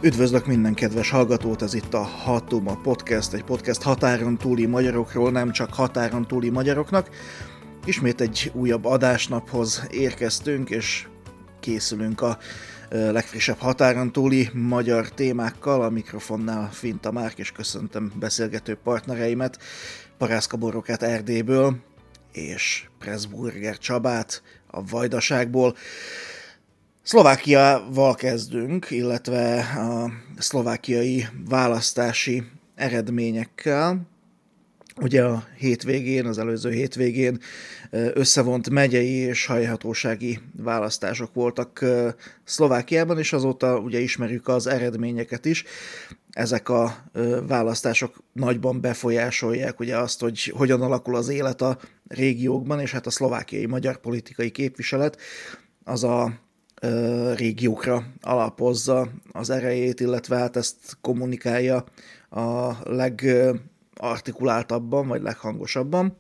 Üdvözlök minden kedves hallgatót, ez itt a Hatuma Podcast, egy podcast határon túli magyarokról, nem csak határon túli magyaroknak. Ismét egy újabb adásnaphoz érkeztünk, és készülünk a legfrissebb határon túli magyar témákkal. A mikrofonnál Finta Márk, és köszöntöm beszélgető partnereimet, Parászka Borokát Erdélyből, és Pressburger Csabát a Vajdaságból. Szlovákiával kezdünk, illetve a szlovákiai választási eredményekkel. Ugye a hétvégén, az előző hétvégén összevont megyei és helyhatósági választások voltak Szlovákiában, és azóta ugye ismerjük az eredményeket is. Ezek a választások nagyban befolyásolják ugye azt, hogy hogyan alakul az élet a régiókban, és hát a szlovákiai magyar politikai képviselet az a régiókra alapozza az erejét, illetve hát ezt kommunikálja a legartikuláltabban, vagy leghangosabban.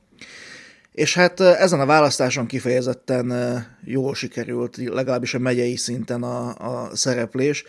És hát ezen a választáson kifejezetten jól sikerült, legalábbis a megyei szinten a szereplés.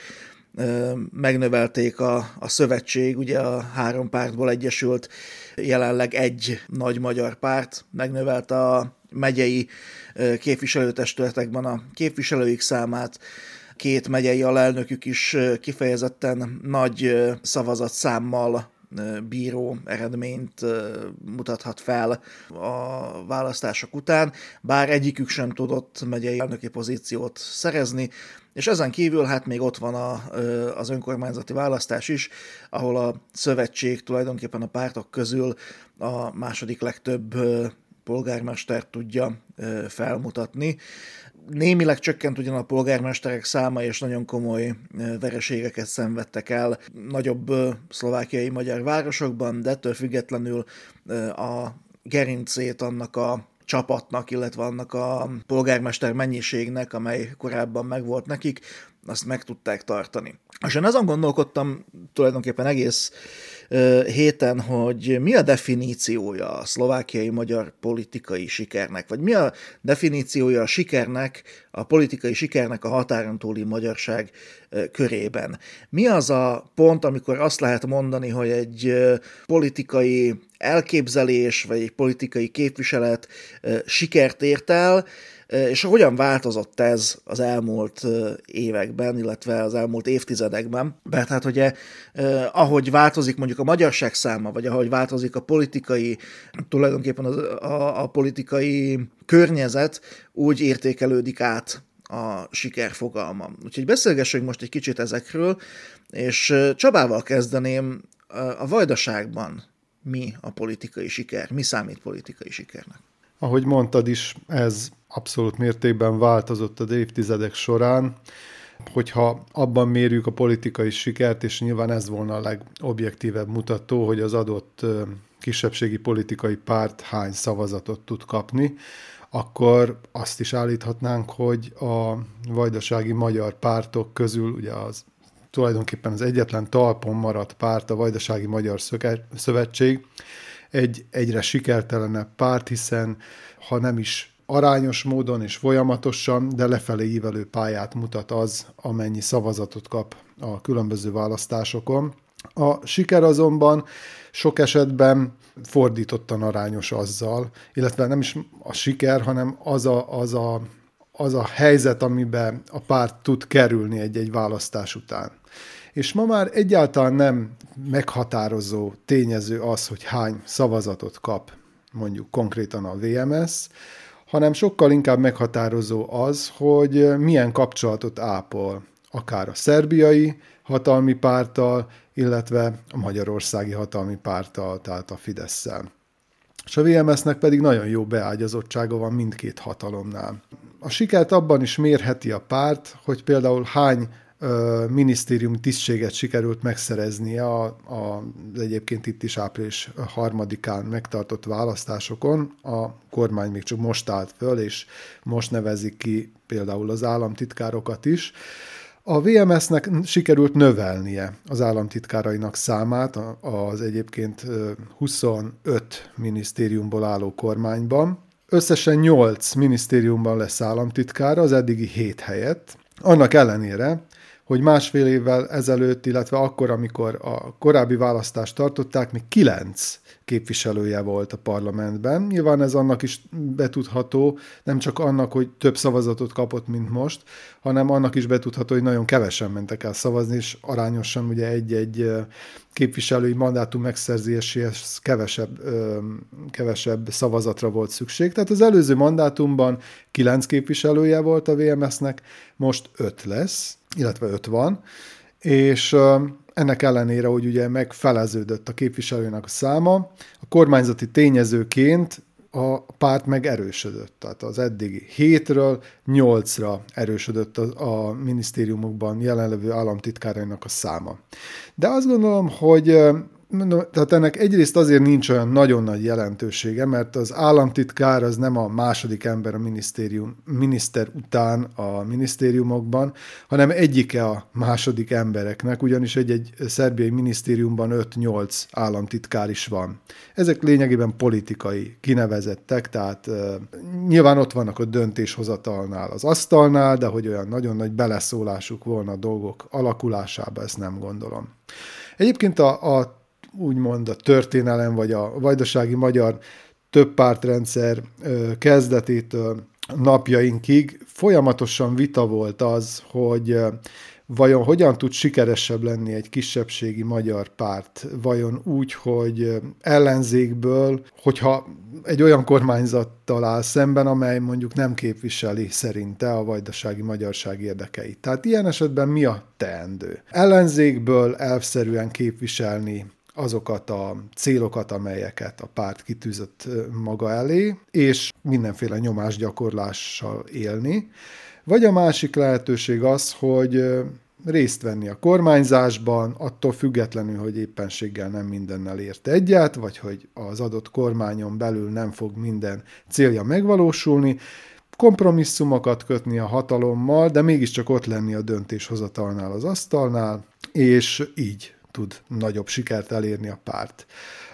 Megnövelték a szövetség, ugye a három pártból egyesült, jelenleg egy nagy magyar párt, megnövelte a megyei képviselőtestületekben a képviselőik számát, két megyei alelnökük is kifejezetten nagy szavazatszámmal bíró eredményt mutathat fel a választások után, bár egyikük sem tudott megyei elnöki pozíciót szerezni, és ezen kívül hát még ott van az önkormányzati választás is, ahol a szövetség tulajdonképpen a pártok közül a második legtöbb polgármestert tudja felmutatni. Némileg csökkent ugyan a polgármesterek száma, és nagyon komoly vereségeket szenvedtek el nagyobb szlovákiai magyar városokban, de ettől függetlenül a gerincét annak a csapatnak, illetve annak a polgármester mennyiségnek, amely korábban megvolt nekik, azt meg tudták tartani. És én azon gondolkodtam tulajdonképpen egész héten, hogy mi a definíciója a szlovákiai magyar politikai sikernek, vagy mi a definíciója a sikernek, a politikai sikernek a határon túli magyarság körében. Mi az a pont, amikor azt lehet mondani, hogy egy politikai elképzelés, vagy egy politikai képviselet sikert ért el, és hogyan változott ez az elmúlt években, illetve az elmúlt évtizedekben? Mert hát ugye, ahogy változik mondjuk a magyarság száma, vagy ahogy változik a politikai, tulajdonképpen a politikai környezet, úgy értékelődik át a siker fogalma. Úgyhogy beszélgessünk most egy kicsit ezekről, és Csabával kezdeném. A Vajdaságban mi a politikai siker? Mi számít politikai sikernek? Ahogy mondtad is, ez abszolút mértékben változott az évtizedek során. Hogyha abban mérjük a politikai sikert, és nyilván ez volna a legobjektívebb mutató, hogy az adott kisebbségi politikai párt hány szavazatot tud kapni, akkor azt is állíthatnánk, hogy a vajdasági magyar pártok közül ugye tulajdonképpen az egyetlen talpon maradt párt, a Vajdasági Magyar Szövetség, egy egyre sikertelenebb párt, hiszen ha nem is arányos módon és folyamatosan, de lefelé ívelő pályát mutat az, amennyi szavazatot kap a különböző választásokon. A siker azonban sok esetben fordítottan arányos azzal, illetve nem is a siker, hanem az a helyzet, amiben a párt tud kerülni egy választás után. És ma már egyáltalán nem meghatározó tényező az, hogy hány szavazatot kap mondjuk konkrétan a VMS, hanem sokkal inkább meghatározó az, hogy milyen kapcsolatot ápol akár a szerbiai hatalmi párttal, illetve a magyarországi hatalmi párttal, tehát a Fidesszel. És a VMS-nek pedig nagyon jó beágyazottsága van mindkét hatalomnál. A sikert abban is mérheti a párt, hogy például hány minisztériumi tisztséget sikerült megszereznie az egyébként itt is április 3-án megtartott választásokon. A kormány még csak most állt föl, és most nevezik ki például az államtitkárokat is. A VMS-nek sikerült növelnie az államtitkárainak számát az egyébként 25 minisztériumból álló kormányban. Összesen 8 minisztériumban lesz államtitkára az eddigi 7 helyett. Annak ellenére, hogy másfél évvel ezelőtt, illetve akkor, amikor a korábbi választást tartották, még 9 képviselője volt a parlamentben. Nyilván ez annak is betudható, nem csak annak, hogy több szavazatot kapott, mint most, hanem annak is betudható, hogy nagyon kevesen mentek el szavazni, és arányosan ugye egy-egy képviselői mandátum megszerzéséhez kevesebb szavazatra volt szükség. Tehát az előző mandátumban 9 képviselője volt a VMS-nek, most 5 lesz, illetve 5 van, és ennek ellenére, hogy ugye megfeleződött a képviselőnek a száma, a kormányzati tényezőként a párt megerősödött. Tehát az eddigi 7-ről 8-ra erősödött a minisztériumokban jelenlevő államtitkárainak a száma. De azt gondolom, hogy tehát ennek egyrészt azért nincs olyan nagyon nagy jelentősége, mert az államtitkár az nem a második ember a miniszter után a minisztériumokban, hanem egyike a második embereknek, ugyanis egy szerbiai minisztériumban 5-8 államtitkár is van. Ezek lényegében politikai kinevezettek, tehát nyilván ott vannak a döntéshozatalnál, az asztalnál, de hogy olyan nagyon nagy beleszólásuk volna a dolgok alakulásába, ezt nem gondolom. Egyébként úgymond a történelem, vagy a vajdasági magyar többpártrendszer kezdetétől napjainkig folyamatosan vita volt az, hogy vajon hogyan tud sikeresebb lenni egy kisebbségi magyar párt, vajon úgy, hogy ellenzékből, hogyha egy olyan kormányzattal áll szemben, amely mondjuk nem képviseli szerinte a vajdasági magyarság érdekeit. Tehát ilyen esetben mi a teendő? Ellenzékből elvszerűen képviselni azokat a célokat, amelyeket a párt kitűzött maga elé, és mindenféle nyomásgyakorlással élni. Vagy a másik lehetőség az, hogy részt venni a kormányzásban, attól függetlenül, hogy éppenséggel nem mindennel ért egyet, vagy hogy az adott kormányon belül nem fog minden célja megvalósulni, kompromisszumokat kötni a hatalommal, de mégiscsak ott lenni a döntéshozatalnál, az asztalnál, és így tud nagyobb sikert elérni a párt.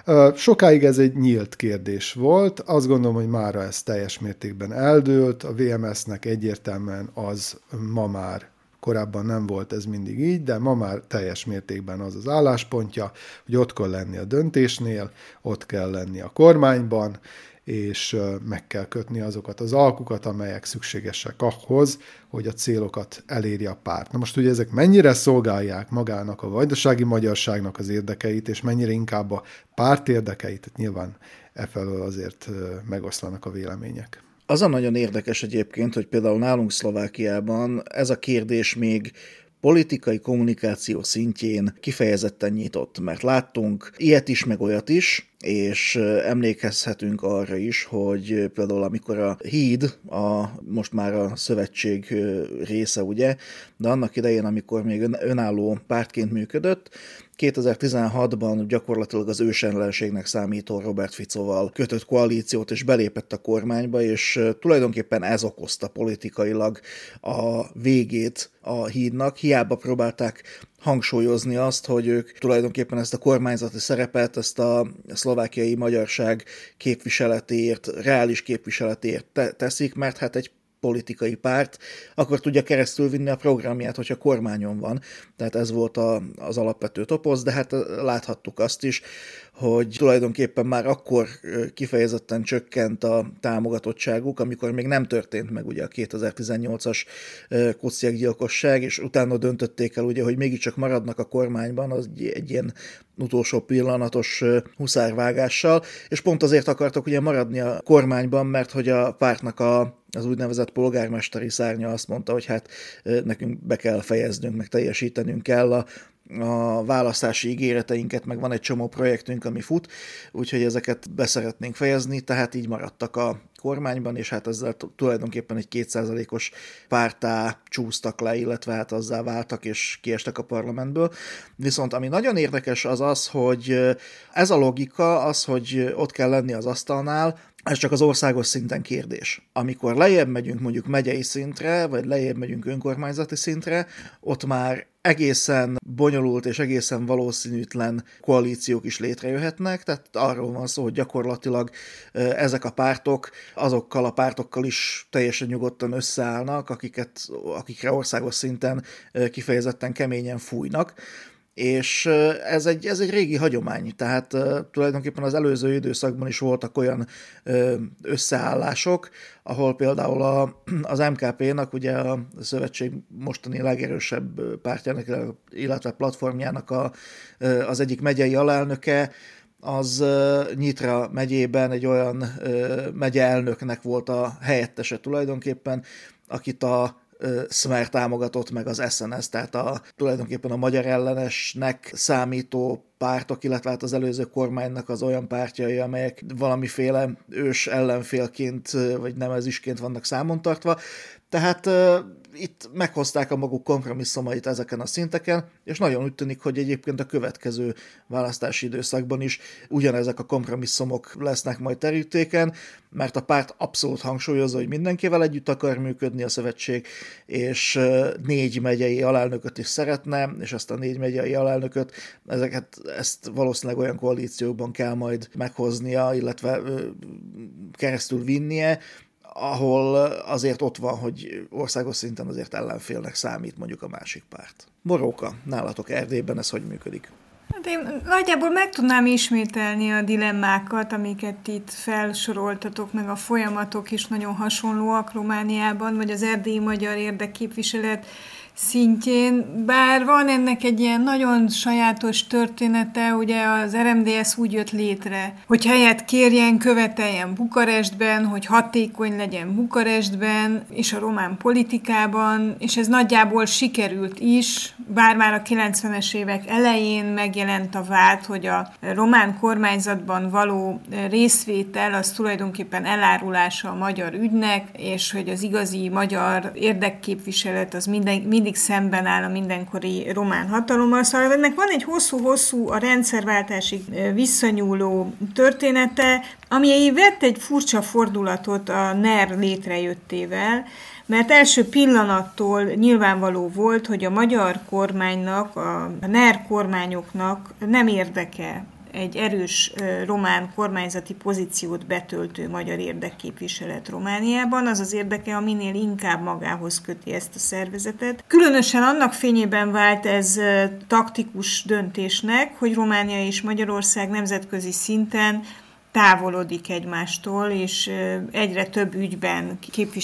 Sokáig ez egy nyílt kérdés volt, azt gondolom, hogy mára ez teljes mértékben eldőlt, a VMS-nek egyértelműen az ma már, korábban nem volt ez mindig így, de ma már teljes mértékben az az álláspontja, hogy ott kell lenni a döntésnél, ott kell lenni a kormányban, és meg kell kötni azokat az alkukat, amelyek szükségesek ahhoz, hogy a célokat elérje a párt. Na most ugye ezek mennyire szolgálják magának a vajdasági magyarságnak az érdekeit, és mennyire inkább a párt érdekeit, tehát nyilván efelől azért megoszlanak a vélemények. Az a nagyon érdekes egyébként, hogy például nálunk Szlovákiában ez a kérdés még politikai kommunikáció szintjén kifejezetten nyitott, mert láttunk ilyet is, meg olyat is, és emlékezhetünk arra is, hogy például amikor a Híd, most már a szövetség része, ugye, de annak idején, amikor még önálló pártként működött, 2016-ban gyakorlatilag az ősellenségnek számító Robert Ficóval kötött koalíciót, és belépett a kormányba, és tulajdonképpen ez okozta politikailag a végét a Hídnak. Hiába próbálták hangsúlyozni azt, hogy ők tulajdonképpen ezt a kormányzati szerepet, ezt a szlovákiai magyarság képviseletéért, reális képviseletéért teszik, mert hát egy politikai párt, akkor tudja keresztülvinni a programját, hogyha kormányon van. Tehát ez volt az alapvető topoz, de hát láthattuk azt is, hogy tulajdonképpen már akkor kifejezetten csökkent a támogatottságuk, amikor még nem történt meg ugye a 2018-as Kuciak-gyilkosság, és utána döntötték el ugye, hogy mégiscsak maradnak a kormányban, az egy ilyen utolsó pillanatos huszárvágással, és pont azért akartak ugye maradni a kormányban, mert hogy a pártnak az úgynevezett polgármesteri szárnya azt mondta, hogy hát nekünk be kell fejeznünk, meg teljesítenünk kell a választási ígéreteinket, meg van egy csomó projektünk, ami fut, úgyhogy ezeket beszeretnénk fejezni, tehát így maradtak a kormányban, és hát ezzel tulajdonképpen egy 2%-os párttá csúsztak le, illetve hát azzá váltak, és kiestek a parlamentből. Viszont ami nagyon érdekes az az, hogy ez a logika, az, hogy ott kell lenni az asztalnál, ez csak az országos szinten kérdés. Amikor lejjebb megyünk mondjuk megyei szintre, vagy lejjebb megyünk önkormányzati szintre, ott már egészen bonyolult és egészen valószínűtlen koalíciók is létrejöhetnek, tehát arról van szó, hogy gyakorlatilag ezek a pártok azokkal a pártokkal is teljesen nyugodtan összeállnak, akikre országos szinten kifejezetten keményen fújnak, és ez egy régi hagyomány, tehát tulajdonképpen az előző időszakban is voltak olyan összeállások, ahol például az MKP-nak, ugye a szövetség mostani legerősebb pártjának, illetve platformjának az egyik megyei alelnöke, az Nyitra megyében egy olyan megyeelnöknek volt a helyettese tulajdonképpen, akit a Smer támogatott, meg az SNS, tehát tulajdonképpen a magyar ellenesnek számító pártok, illetve hát az előző kormánynak az olyan pártjai, amelyek valamiféle ős ellenfélként, vagy nemezisként vannak számon tartva. Tehát itt meghozták a maguk kompromisszumait ezeken a szinteken, és nagyon úgy tűnik, hogy egyébként a következő választási időszakban is ugyanezek a kompromisszumok lesznek majd terítéken, mert a párt abszolút hangsúlyozza, hogy mindenkivel együtt akar működni a szövetség, és 4 megyei alelnököt is szeretne, és ezt a 4 megyei alelnököt, ezt valószínűleg olyan koalíciókban kell majd meghoznia, illetve keresztül vinnie, ahol azért ott van, hogy országos szinten azért ellenfélnek számít mondjuk a másik párt. Boróka, nálatok Erdélyben ez hogy működik? Hát én nagyjából meg tudnám ismételni a dilemmákat, amiket itt felsoroltatok, meg a folyamatok is nagyon hasonlóak Romániában, vagy az erdélyi magyar érdekképviselet szintjén, bár van ennek egy ilyen nagyon sajátos története, ugye az RMDSZ úgy jött létre, hogy helyet kérjen, követeljen Bukarestben, hogy hatékony legyen Bukarestben, és a román politikában, és ez nagyjából sikerült is, bár már a 90-es évek elején megjelent a vád, hogy a román kormányzatban való részvétel az tulajdonképpen elárulása a magyar ügynek, és hogy az igazi magyar érdekképviselet az mindig szemben áll a mindenkori román hatalommal. Szóval ennek van egy hosszú-hosszú a rendszerváltásig visszanyúló története, ami vett egy furcsa fordulatot a NER létrejöttével, mert első pillanattól nyilvánvaló volt, hogy a magyar kormánynak, a NER kormányoknak nem érdeke egy erős román kormányzati pozíciót betöltő magyar érdekképviselet Romániában, az az érdeke, a minél inkább magához köti ezt a szervezetet. Különösen annak fényében vált ez taktikus döntésnek, hogy Románia és Magyarország nemzetközi szinten távolodik egymástól, és egyre több ügyben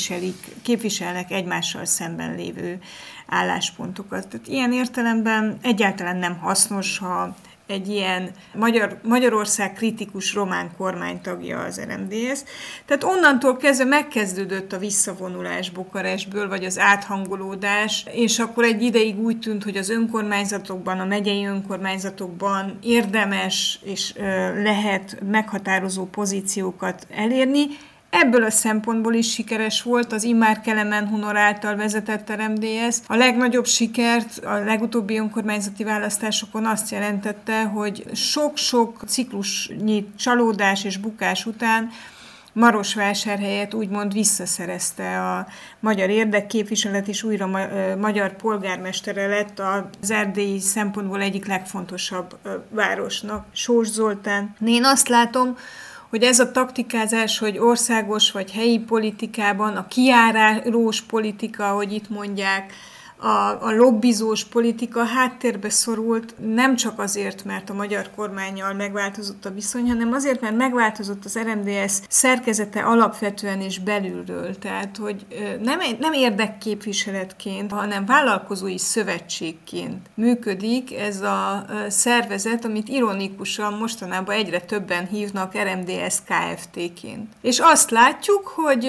képviselnek egymással szemben lévő álláspontokat. Tehát ilyen értelemben egyáltalán nem hasznos, ha egy ilyen Magyarország kritikus román kormánytagja az RMDSZ. Tehát onnantól kezdve megkezdődött a visszavonulás Bukarestből, vagy az áthangolódás, és akkor egy ideig úgy tűnt, hogy az önkormányzatokban, a megyei önkormányzatokban érdemes és lehet meghatározó pozíciókat elérni. Ebből a szempontból is sikeres volt az immár Kelemen Hunor által vezetett RMDSZ. A legnagyobb sikert a legutóbbi önkormányzati választásokon azt jelentette, hogy sok-sok ciklusnyi csalódás és bukás után Marosvásárhelyet úgymond visszaszerezte a magyar érdekképviselet, és újra magyar polgármestere lett az erdélyi szempontból egyik legfontosabb városnak, Sós Zoltán. Én azt látom, hogy ez a taktikázás, hogy országos vagy helyi politikában a kijárós politika, ahogy itt mondják, a lobbizós politika háttérbe szorult, nem csak azért, mert a magyar kormánnyal megváltozott a viszony, hanem azért, mert megváltozott az RMDSZ szerkezete alapvetően és belülről. Tehát, hogy nem érdekképviseletként, hanem vállalkozói szövetségként működik ez a szervezet, amit ironikusan mostanában egyre többen hívnak RMDSZ Kft-ként. És azt látjuk,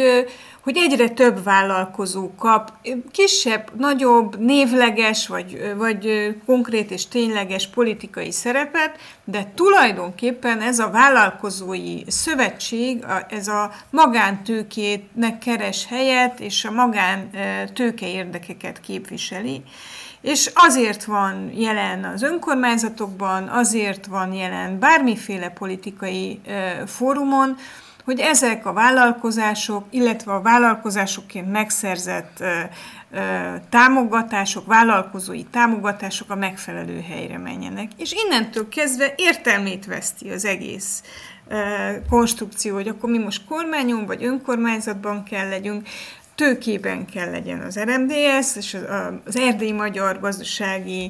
hogy egyre több vállalkozó kap kisebb, nagyobb, névleges, vagy konkrét és tényleges politikai szerepet, de tulajdonképpen ez a vállalkozói szövetség, ez a magántőkének keres helyet, és a magántőke érdekeket képviseli. És azért van jelen az önkormányzatokban, azért van jelen bármiféle politikai fórumon, hogy ezek a vállalkozások, illetve a vállalkozásokként megszerzett támogatások, vállalkozói támogatások a megfelelő helyre menjenek. És innentől kezdve értelmét veszti az egész konstrukció, hogy akkor mi most kormányon vagy önkormányzatban kell legyünk, tőkében kell legyen az RMDSZ, és az Erdélyi Magyar Gazdasági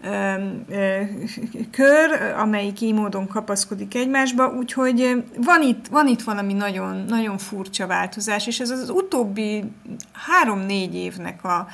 Kör, amelyik így módon kapaszkodik egymásba, úgyhogy van itt valami nagyon, nagyon furcsa változás, és ez az utóbbi 3-4 évnek a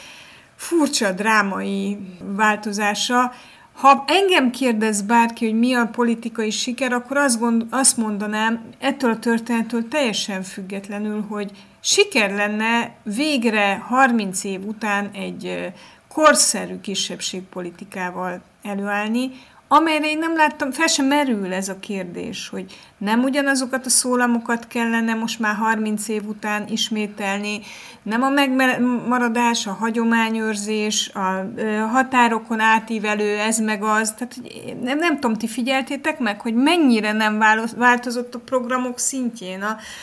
furcsa drámai változása. Ha engem kérdez bárki, hogy mi a politikai siker, akkor azt mondanám, ettől a történettől teljesen függetlenül, hogy siker lenne végre 30 év után egy korszerű kisebbségpolitikával előállni, amelyre én nem láttam, fel sem merül ez a kérdés, hogy nem ugyanazokat a szólamokat kellene most már 30 év után ismételni, nem a megmaradás, a hagyományőrzés, a határokon átívelő ez meg az, tehát nem tudom, ti figyeltétek meg, hogy mennyire nem változott a programok szintjén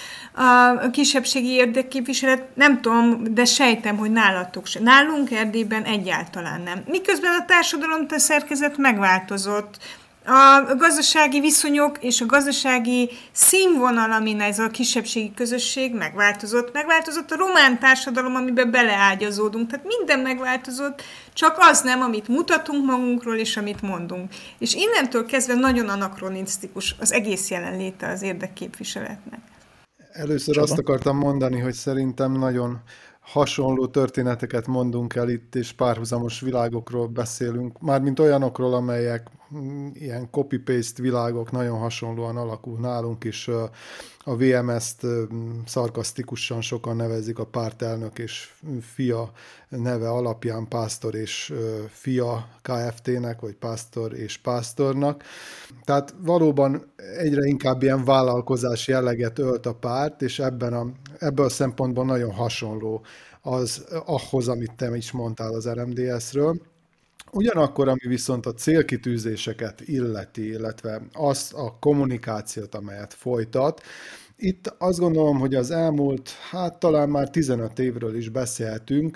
a kisebbségi érdekképviselet, nem tudom, de sejtem, hogy nálatok se. Nálunk Erdélyben egyáltalán nem. Miközben a társadalom szerkezet megváltozott, a gazdasági viszonyok és a gazdasági színvonal, amin ez a kisebbségi közösség megváltozott a román társadalom, amiben beleágyazódunk, tehát minden megváltozott, csak az nem, amit mutatunk magunkról és amit mondunk. És innentől kezdve nagyon anakronisztikus az egész jelenléte az érdekképviseletnek. Először azt akartam mondani, hogy szerintem nagyon hasonló történeteket mondunk el itt, és párhuzamos világokról beszélünk, mármint olyanokról, amelyek ilyen copy-paste világok, nagyon hasonlóan alakul nálunk is. A VMS-t szarkasztikusan sokan nevezik a pártelnök és fia neve alapján pásztor és fia KFT-nek, vagy pásztor és pásztornak. Tehát valóban egyre inkább ilyen vállalkozás jelleget ölt a párt, és ebből a szempontból nagyon hasonló ahhoz, amit te is mondtál az RMDS-ről. Ugyanakkor, ami viszont a célkitűzéseket illeti, illetve azt a kommunikációt, amelyet folytat, itt azt gondolom, hogy az elmúlt, talán már 15 évről is beszélhetünk,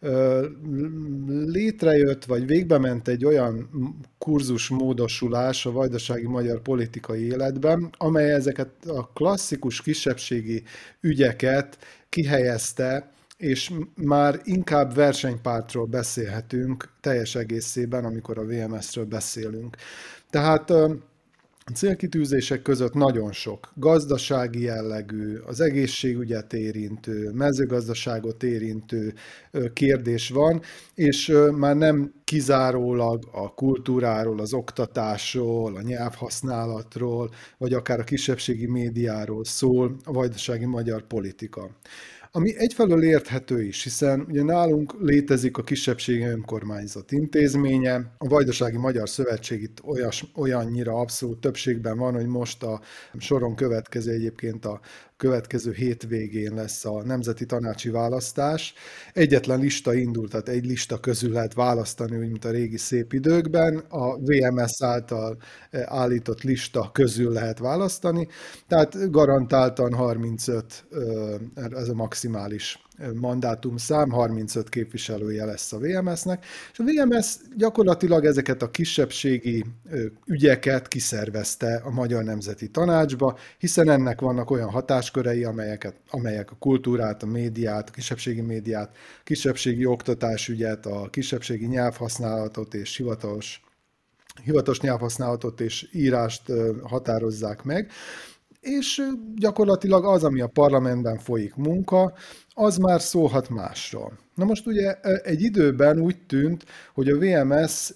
létrejött, vagy végbe ment egy olyan kurzusmódosulás a vajdasági magyar politikai életben, amely ezeket a klasszikus kisebbségi ügyeket kihelyezte, és már inkább versenypártról beszélhetünk teljes egészében, amikor a VMS-ről beszélünk. Tehát a célkitűzések között nagyon sok gazdasági jellegű, az egészségügyet érintő, mezőgazdaságot érintő kérdés van, és már nem kizárólag a kultúráról, az oktatásról, a nyelvhasználatról, vagy akár a kisebbségi médiáról szól a vajdasági magyar politika. Ami egyfelől érthető is, hiszen ugye nálunk létezik a kisebbségi önkormányzat intézménye, a Vajdasági Magyar Szövetség itt olyannyira abszolút többségben van, hogy most a soron következő egyébként a következő hétvégén lesz a nemzeti tanácsi választás. Egyetlen lista indult, tehát egy lista közül lehet választani, úgy, mint a régi szép időkben. A VMS által állított lista közül lehet választani, tehát garantáltan 35, ez a maximális mandátumszám, 35 képviselője lesz a VMS-nek, és a VMS gyakorlatilag ezeket a kisebbségi ügyeket kiszervezte a Magyar Nemzeti Tanácsba, hiszen ennek vannak olyan hatáskörei, amelyek a kultúrát, a médiát, a kisebbségi médiát, a kisebbségi oktatásügyet, a kisebbségi nyelvhasználatot és hivatalos nyelvhasználatot és írást határozzák meg, és gyakorlatilag az, ami a parlamentben folyik munka, az már szólhat másról. Na most ugye egy időben úgy tűnt, hogy a VMS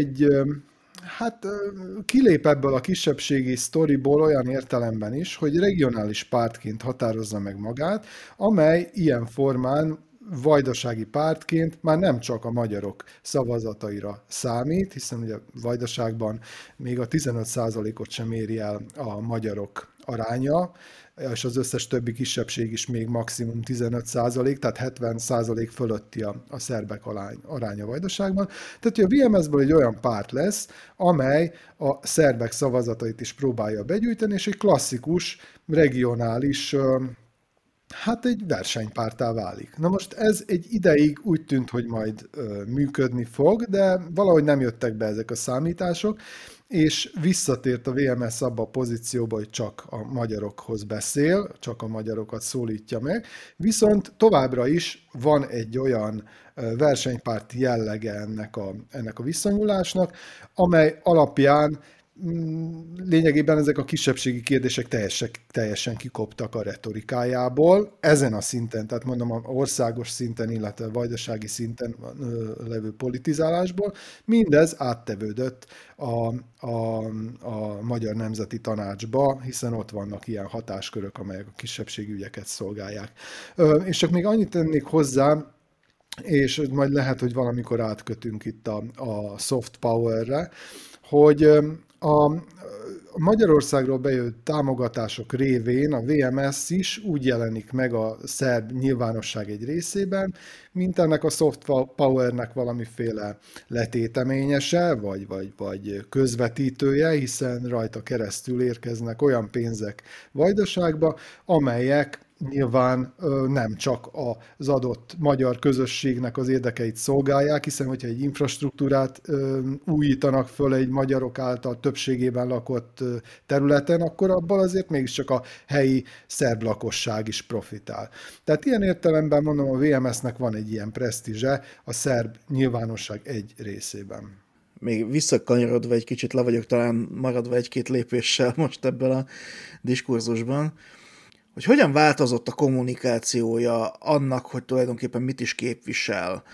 kilép ebből a kisebbségi sztoriból olyan értelemben is, hogy regionális pártként határozza meg magát, amely ilyen formán vajdasági pártként már nem csak a magyarok szavazataira számít, hiszen ugye Vajdaságban még a 15%-ot sem éri el a magyarok aránya, és az összes többi kisebbség is még maximum 15%, tehát 70% fölötti a szerbek aránya Vajdaságban. Tehát, hogy a VMS-ből egy olyan párt lesz, amely a szerbek szavazatait is próbálja begyűjteni, és egy klasszikus, regionális, hát egy versenypárttá válik. Na most ez egy ideig úgy tűnt, hogy majd működni fog, de valahogy nem jöttek be ezek a számítások, és visszatért a VMS abba a pozícióba, hogy csak a magyarokhoz beszél, csak a magyarokat szólítja meg, viszont továbbra is van egy olyan versenypárti jellege ennek a viszonyulásnak, amely alapján lényegében ezek a kisebbségi kérdések teljesen kikoptak a retorikájából. Ezen a szinten, tehát mondom, a országos szinten, illetve a vajdasági szinten levő politizálásból, mindez áttevődött a Magyar Nemzeti Tanácsba, hiszen ott vannak ilyen hatáskörök, amelyek a kisebbségi ügyeket szolgálják. És csak még annyit tennék hozzá, és majd lehet, hogy valamikor átkötünk itt a soft power-re, hogy a Magyarországról bejött támogatások révén a VMS is úgy jelenik meg a szerb nyilvánosság egy részében, mint ennek a soft powernek valamiféle letéteményese, vagy közvetítője, hiszen rajta keresztül érkeznek olyan pénzek Vajdaságba, amelyek nyilván nem csak az adott magyar közösségnek az érdekeit szolgálják, hiszen hogyha egy infrastruktúrát újítanak föl egy magyarok által többségében lakott területen, akkor abból azért mégiscsak a helyi szerb lakosság is profitál. Tehát ilyen értelemben mondom, a VMS-nek van egy ilyen presztízse a szerb nyilvánosság egy részében. Még visszakanyarodva egy kicsit, le vagyok talán maradva egy-két lépéssel most ebből a diskurzusban, hogy hogyan változott a kommunikációja annak, hogy tulajdonképpen mit is képvisel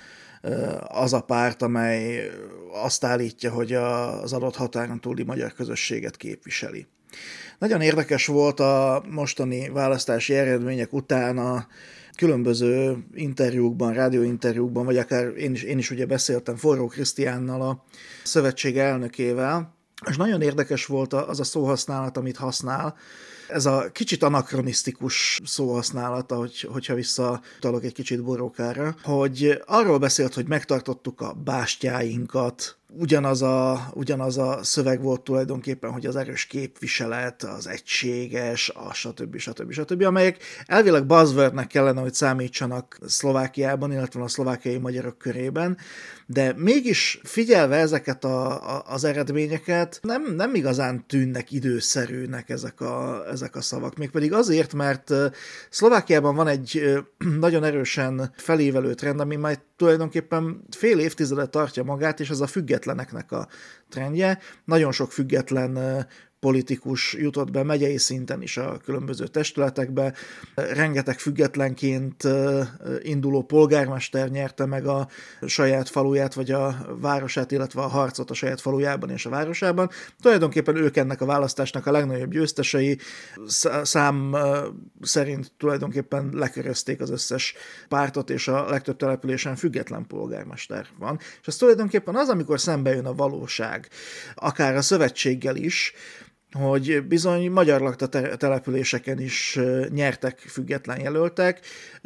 az a párt, amely azt állítja, hogy az adott határon túli magyar közösséget képviseli. Nagyon érdekes volt a mostani választási eredmények után a különböző interjúkban, rádióinterjúkban, vagy akár én is ugye beszéltem Forró Krisztiánnal, a szövetség elnökével, és nagyon érdekes volt az a szóhasználat, amit használ. Ez a kicsit anakronisztikus szóhasználata, hogyha visszatalok egy kicsit Borókára, hogy arról beszélt, hogy megtartottuk a bástyáinkat, ugyanaz a szöveg volt tulajdonképpen, hogy az erős képviselet, az egységes, stb., amelyek elvileg buzzwordnek kellene, hogy számítsanak Szlovákiában, illetve a szlovákiai magyarok körében, de mégis figyelve ezeket az eredményeket, nem igazán tűnnek időszerűnek ezek a szavak. Mégpedig azért, mert Szlovákiában van egy nagyon erősen felévelő trend, ami majd tulajdonképpen fél évtizedet tartja magát, és ez a függetleneknek a trendje. Nagyon sok független politikus jutott be megyei szinten is a különböző testületekbe. Rengeteg függetlenként induló polgármester nyerte meg a saját faluját, vagy a városát, illetve a harcot a saját falujában és a városában. Tulajdonképpen ők ennek a választásnak a legnagyobb győztesei. Szám szerint tulajdonképpen lekörözték az összes pártot, és a legtöbb településen független polgármester van. És ez tulajdonképpen az, amikor szembe jön a valóság, akár a szövetséggel is, hogy bizony magyar lakta településeken is nyertek független jelöltek.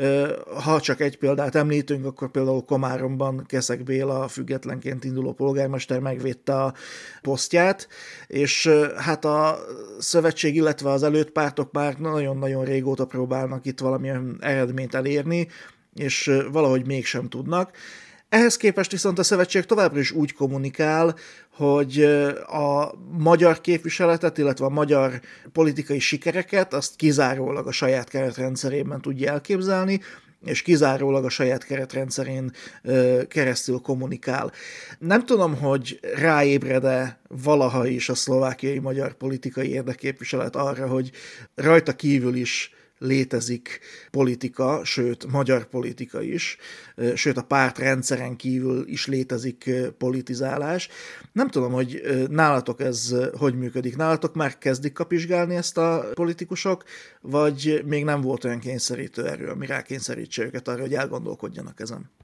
Ha csak egy példát említünk, akkor például Komáromban Keszek Béla függetlenként induló polgármester megvédte a posztját, és hát a szövetség, illetve az előttpártok már nagyon-nagyon régóta próbálnak itt valamilyen eredményt elérni, és valahogy mégsem tudnak. Ehhez képest viszont a szövetség továbbra is úgy kommunikál, hogy a magyar képviseletet, illetve a magyar politikai sikereket azt kizárólag a saját keretrendszerében tudja elképzelni, és kizárólag a saját keretrendszerén keresztül kommunikál. Nem tudom, hogy ráébred-e valaha is a szlovákiai magyar politikai érdekképviselet arra, hogy rajta kívül is létezik politika, sőt, magyar politika is, sőt, a pártrendszeren kívül is létezik politizálás. Nem tudom, hogy nálatok ez hogy működik. Nálatok már kezdik kapizsgálni ezt a politikusok, vagy még nem volt olyan kényszerítő erő, ami rákényszerítse őket arra, hogy elgondolkodjanak ezen?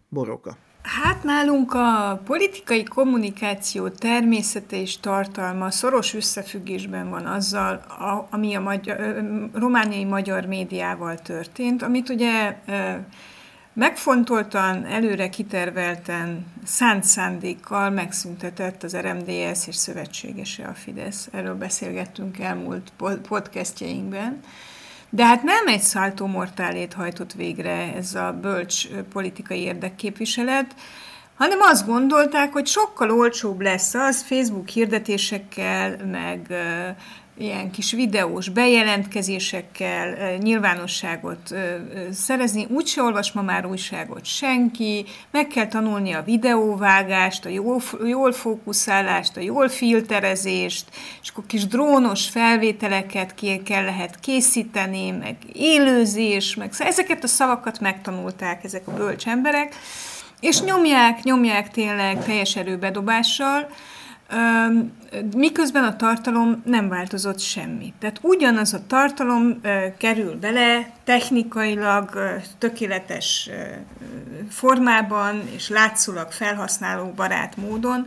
Boróka. Hát nálunk a politikai kommunikáció természete és tartalma szoros összefüggésben van azzal, ami a romániai magyar médiával történt, amit ugye megfontoltan, előre kitervelten, szánt szándékkal megszüntetett az RMDSZ és szövetségese a Fidesz. Erről beszélgettünk elmúlt podcastjainkben. De hát nem egy salto mortálét hajtott végre ez a bölcs politikai érdekképviselet, hanem azt gondolták, hogy sokkal olcsóbb lesz az Facebook hirdetésekkel, meg ilyen kis videós bejelentkezésekkel nyilvánosságot szerezni. Úgyse olvas ma már újságot senki, meg kell tanulni a videóvágást, a jól fókuszálást, a jól filterezést, és akkor kis drónos felvételeket lehet készíteni, meg élőzés, meg ezeket a szavakat megtanulták ezek a bölcs emberek, és nyomják tényleg teljes erőbedobással, miközben a tartalom nem változott semmit. Tehát ugyanaz a tartalom kerül bele technikailag tökéletes formában, és látszólag felhasználóbarát módon,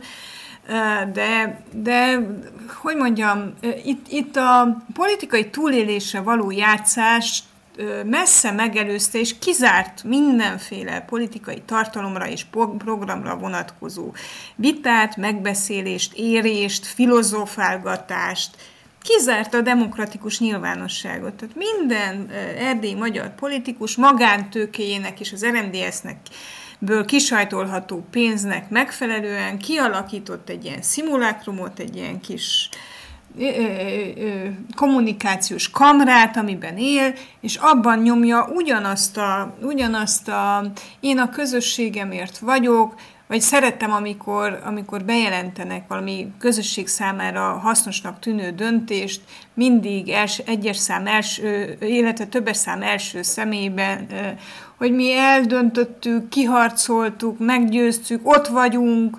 de hogy mondjam, itt a politikai túlélésre való játszás messze megelőzte és kizárt mindenféle politikai tartalomra és programra vonatkozó vitát, megbeszélést, érést, filozofálgatást, kizárta a demokratikus nyilvánosságot. Tehát minden erdélyi magyar politikus magántőkéjének és az RMDSZ-nek ből kisajtolható pénznek megfelelően kialakított egy ilyen szimulákrumot, egy ilyen kis kommunikációs kamrát, amiben él, és abban nyomja ugyanazt a én a közösségemért vagyok, vagy szeretem, amikor bejelentenek valami közösség számára hasznosnak tűnő döntést, mindig egyes szám első, illetve többes szám első személyben, hogy mi eldöntöttük, kiharcoltuk, meggyőztük, ott vagyunk,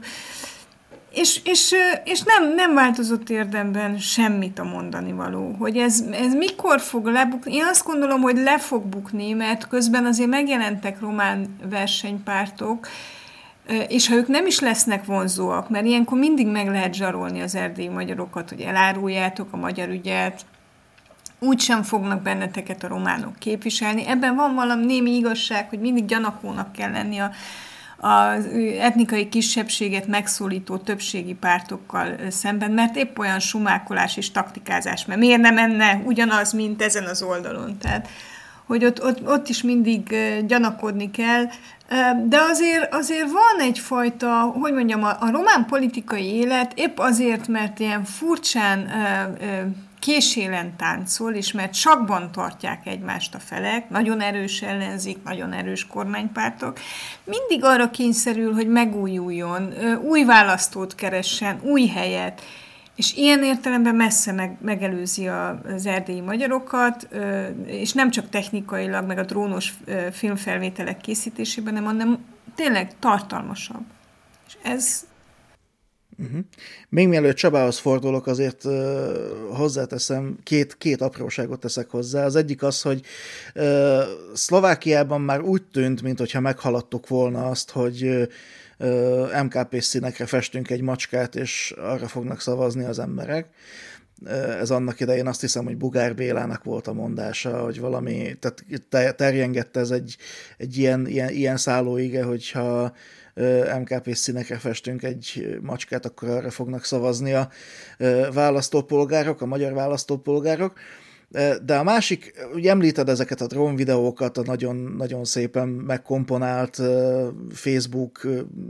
és nem változott érdemben semmit a mondani való. Hogy ez mikor fog lebukni? Én azt gondolom, hogy le fog bukni, mert közben azért megjelentek román versenypártok, és ha ők nem is lesznek vonzóak, mert ilyenkor mindig meg lehet zsarolni az erdélyi magyarokat, hogy eláruljátok a magyar ügyet, úgysem fognak benneteket a románok képviselni. Ebben van valami némi igazság, hogy mindig gyanakónak kell lenni az etnikai kisebbséget megszólító többségi pártokkal szemben, mert épp olyan sumákolás és taktikázás, mert miért nem menne ugyanaz, mint ezen az oldalon. Tehát, hogy ott is mindig gyanakodni kell, de azért van egyfajta, hogy mondjam, a román politikai élet épp azért, mert ilyen furcsán késélen táncol, és mert sakban tartják egymást a felek, nagyon erős ellenzék, nagyon erős kormánypártok, mindig arra kényszerül, hogy megújuljon, új választót keressen, új helyet, és ilyen értelemben messze megelőzi az erdélyi magyarokat, és nem csak technikailag, meg a drónos filmfelvételek készítésében, hanem tényleg tartalmasabb. És ez... Uh-huh. Még mielőtt Csabához fordulok, azért hozzáteszem, két apróságot teszek hozzá. Az egyik az, hogy Szlovákiában már úgy tűnt, mintha meghaladtuk volna azt, hogy MKP színekre festünk egy macskát, és arra fognak szavazni az emberek. Ez annak idején azt hiszem, hogy Bugár Bélának volt a mondása, hogy valami, tehát terjengett ez egy ilyen szállóige, hogyha MKP színekre festünk egy macskát, akkor arra fognak szavazni a választópolgárok, a magyar választópolgárok. De a másik, ugye említed ezeket a drón videókat, a nagyon, nagyon szépen megkomponált Facebook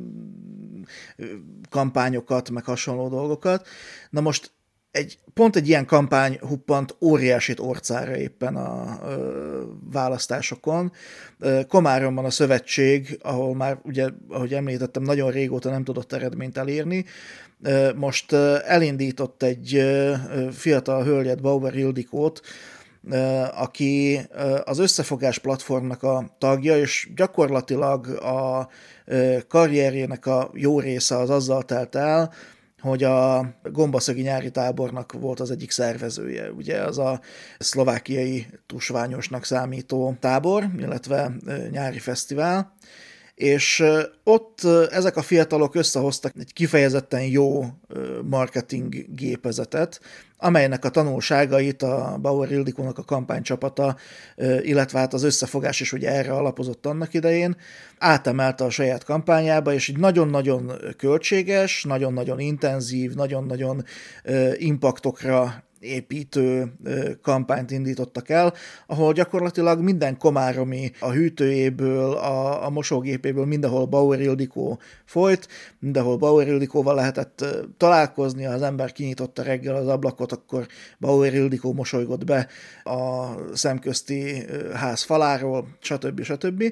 kampányokat, meg hasonló dolgokat. Na most pont egy ilyen kampány huppant óriásit orcára éppen a választásokon. Komáromban a szövetség, ahol már ugye, ahogy említettem, nagyon régóta nem tudott eredményt elérni, most elindított egy fiatal hölgyet, Bauer Ildikót, aki az Összefogás platformnak a tagja, és gyakorlatilag a karrierjének a jó része az azzal telt el, hogy a Gombaszögi nyári tábornak volt az egyik szervezője. Ugye az a szlovákiai tusványosnak számító tábor, illetve nyári fesztivál, És ott ezek a fiatalok összehoztak egy kifejezetten jó marketing gépezetet, amelynek a tanulságait a Bauer Ildikónak a kampánycsapata, illetve hát az összefogás is ugye erre alapozott annak idején, átemelte a saját kampányába, és egy nagyon-nagyon költséges, nagyon-nagyon intenzív, nagyon-nagyon impaktokra építő kampányt indítottak el, ahol gyakorlatilag minden komáromi a hűtőjéből, a mosógépéből mindenhol Bauer Ildikó folyt, mindenhol Bauer Ildikóval lehetett találkozni, ha az ember kinyitotta reggel az ablakot, akkor Bauer Ildikó mosolygott be a szemközti ház faláról, stb.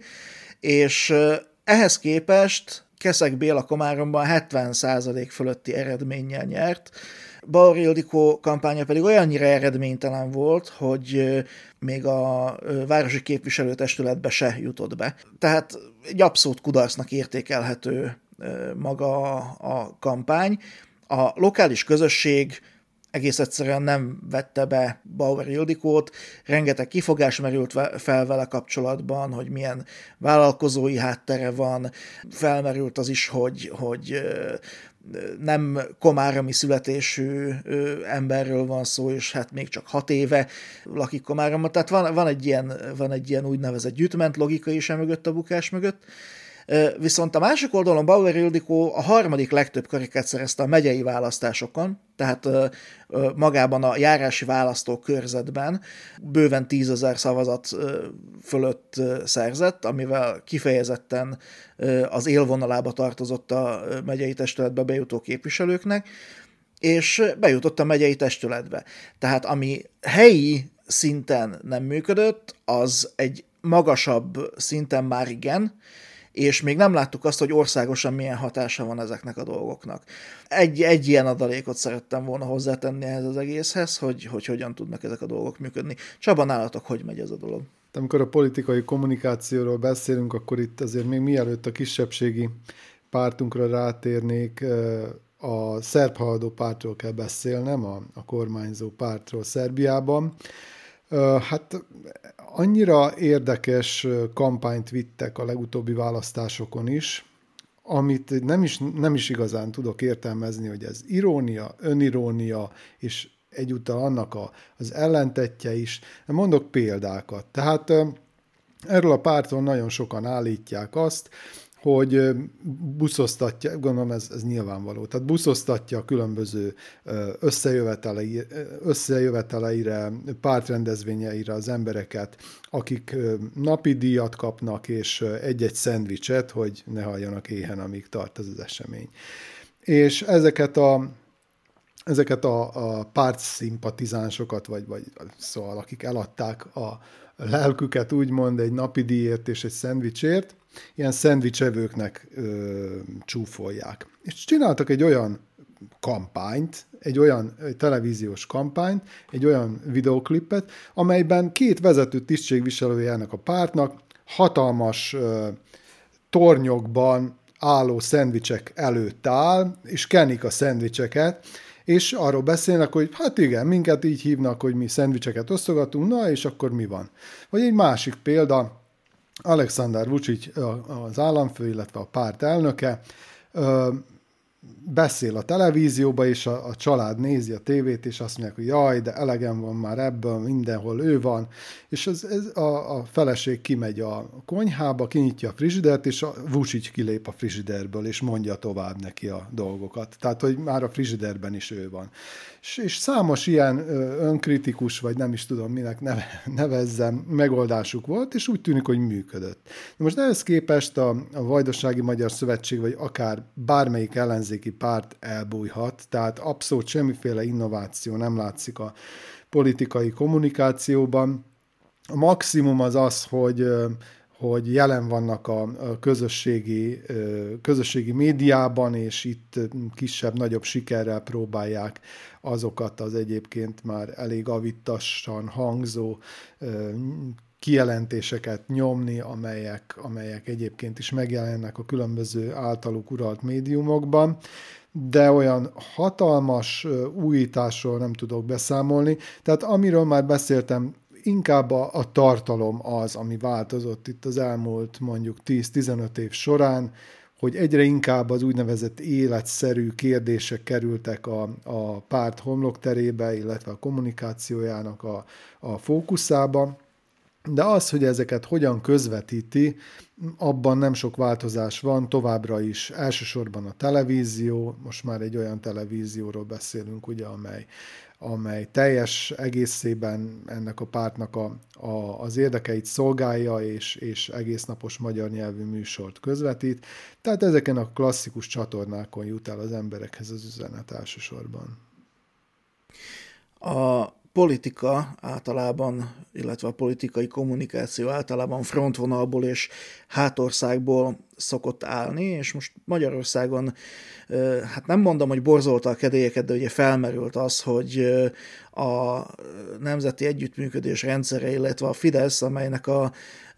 És ehhez képest Keszeg Béla Komáromban 70% fölötti eredménnyel nyert. Bauer Ildikó kampánya pedig olyannyira eredménytelen volt, hogy még a városi képviselőtestületbe se jutott be. Tehát egy abszolút kudarcnak értékelhető maga a kampány. A lokális közösség egész egyszerűen nem vette be Bauer Ildikót, rengeteg kifogás merült fel vele kapcsolatban, hogy milyen vállalkozói háttere van, felmerült az is, hogy nem komáromi születésű emberről van szó, és hát még csak 6 éve lakik Komáromban, tehát van egy ilyen úgynevezett gyűjtment logika is mögött, a bukás mögött. Viszont a másik oldalon Bauer Ildikó a harmadik legtöbb karikát szerezte a megyei választásokon, tehát magában a járási választókörzetben bőven 10 000 szavazat fölött szerzett, amivel kifejezetten az élvonalába tartozott a megyei testületbe bejutó képviselőknek, és bejutott a megyei testületbe. Tehát ami helyi szinten nem működött, az egy magasabb szinten már igen, és még nem láttuk azt, hogy országosan milyen hatása van ezeknek a dolgoknak. Egy ilyen adalékot szerettem volna hozzátenni ehhez az egészhez, hogy hogyan tudnak ezek a dolgok működni. Csaba, nálatok hogy megy ez a dolog? Amikor a politikai kommunikációról beszélünk, akkor itt azért még mielőtt a kisebbségi pártunkra rátérnék, a szerb haladó pártról kell beszélnem, a kormányzó pártról Szerbiában. Hát annyira érdekes kampányt vittek a legutóbbi választásokon is, amit nem is igazán tudok értelmezni, hogy ez irónia, önirónia, és egyúttal annak az ellentetje is. Mondok példákat. Tehát erről a párton nagyon sokan állítják azt, hogy buszoztatja, gondolom ez nyilvánvaló, tehát buszoztatja a különböző összejöveteleire, pártrendezvényeire az embereket, akik napi díjat kapnak, és egy-egy szendvicset, hogy ne halljanak éhen, amíg tart ez az esemény. És ezeket a pártszimpatizánsokat, vagy szóval akik eladták a lelküket úgymond egy napi díjért és egy szendvicsért, ilyen szendvicsevőknek csúfolják. És csináltak egy olyan kampányt, egy televíziós kampányt, egy olyan videóklipet, amelyben 2 vezető tisztségviselője ennek a pártnak hatalmas tornyokban álló szendvicsek előtt áll, és kenik a szendvicseket, és arról beszélnek, hogy hát igen, minket így hívnak, hogy mi szendvicseket osztogatunk, na és akkor mi van? Vagy egy másik példa, Aleksandar Vučić, az államfő, illetve a párt elnöke, beszél a televízióba, és a család nézi a tévét, és azt mondják, hogy jaj, de elegem van már ebből, mindenhol ő van, és a feleség kimegy a konyhába, kinyitja a frizsidert, és a Vučić kilép a frizsiderből, és mondja tovább neki a dolgokat. Tehát, hogy már a frizsiderben is ő van. És számos ilyen önkritikus, vagy nem is tudom, minek nevezzem, megoldásuk volt, és úgy tűnik, hogy működött. De most ehhez képest a Vajdasági Magyar Szövetség, vagy akár bármelyik ellenzéki párt elbújhat, tehát abszolút semmiféle innováció nem látszik a politikai kommunikációban. A maximum az, hogy jelen vannak a közösségi médiában, és itt kisebb-nagyobb sikerrel próbálják azokat az egyébként már elég avittassan hangzó kijelentéseket nyomni, amelyek egyébként is megjelennek a különböző általuk uralt médiumokban, de olyan hatalmas újításról nem tudok beszámolni. Tehát amiről már beszéltem, inkább a tartalom az, ami változott itt az elmúlt mondjuk 10-15 év során, hogy egyre inkább az úgynevezett életszerű kérdések kerültek a párt homlokterébe, illetve a kommunikációjának a fókuszába. De az, hogy ezeket hogyan közvetíti, abban nem sok változás van, továbbra is elsősorban a televízió, most már egy olyan televízióról beszélünk, ugye, amely teljes egészében ennek a pártnak az érdekeit szolgálja, és egésznapos magyar nyelvű műsort közvetít. Tehát ezeken a klasszikus csatornákon jut el az emberekhez az üzenet elsősorban. A politika általában, illetve a politikai kommunikáció általában frontvonalból és hátországból szokott állni, és most Magyarországon, hát nem mondom, hogy borzolta a kedélyeket, de ugye felmerült az, hogy a nemzeti együttműködés rendszere, illetve a Fidesz, amelynek a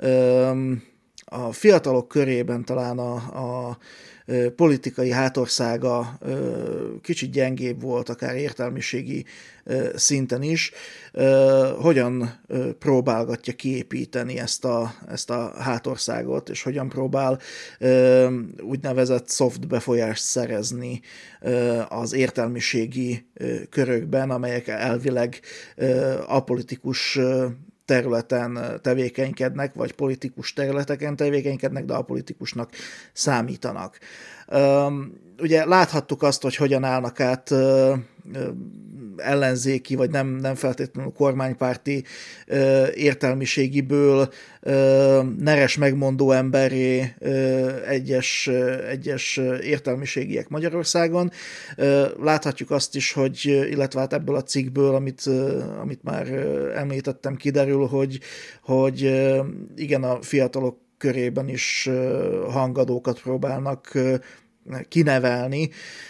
fiatalok körében talán a politikai hátországa kicsit gyengébb volt, akár értelmiségi szinten is, hogyan próbálgatja kiépíteni ezt a hátországot, és hogyan próbál úgynevezett soft befolyást szerezni az értelmiségi körökben, amelyek elvileg apolitikus területen tevékenykednek, vagy politikus területeken tevékenykednek, de apolitikusnak számítanak. Ugye láthattuk azt, hogy hogyan állnak át ellenzéki, vagy nem feltétlenül kormánypárti értelmiségiből neres megmondó emberré egyes értelmiségiek Magyarországon. Láthatjuk azt is, hogy, illetve hát ebből a cikkből, amit már említettem, kiderül, hogy igen, a fiatalok körében is hangadókat próbálnak kinevelni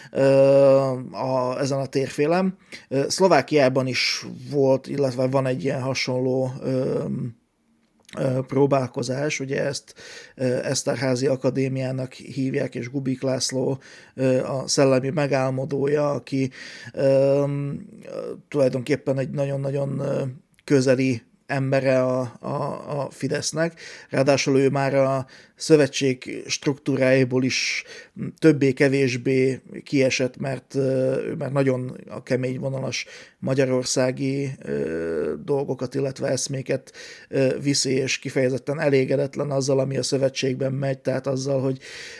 ezen a térfélen. Szlovákiában is volt, illetve van egy ilyen hasonló próbálkozás, ugye ezt Eszterházy Akadémiának hívják, és Gubik László a szellemi megálmodója, aki tulajdonképpen egy nagyon-nagyon közeli embere a Fidesznek. Ráadásul ő már a szövetség struktúrájából is többé-kevésbé kiesett, mert ő már nagyon a kemény vonalas magyarországi dolgokat, illetve eszméket viszi, és kifejezetten elégedetlen azzal, ami a szövetségben megy, tehát azzal, hogy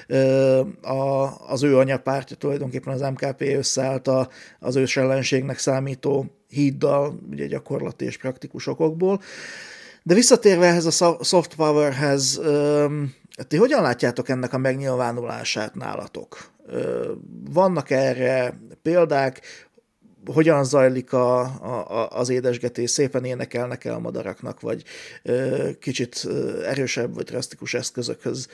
az ő anyapártja tulajdonképpen az MKP összeállt az ős ellenségnek számító híddal, ugye gyakorlati és praktikus okokból. De visszatérve ehhez a soft powerhez, ti hogyan látjátok ennek a megnyilvánulását nálatok? Vannak erre példák, hogyan zajlik az édesgetés, szépen énekelnek el madaraknak, vagy kicsit erősebb vagy drasztikus eszközökhöz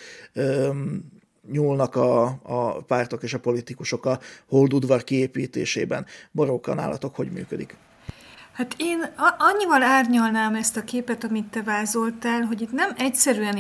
nyúlnak a pártok és a politikusok a holdudvar kiépítésében. Boróka, nálatok hogy működik? Hát én annyival árnyalnám ezt a képet, amit te vázoltál, hogy itt nem egyszerűen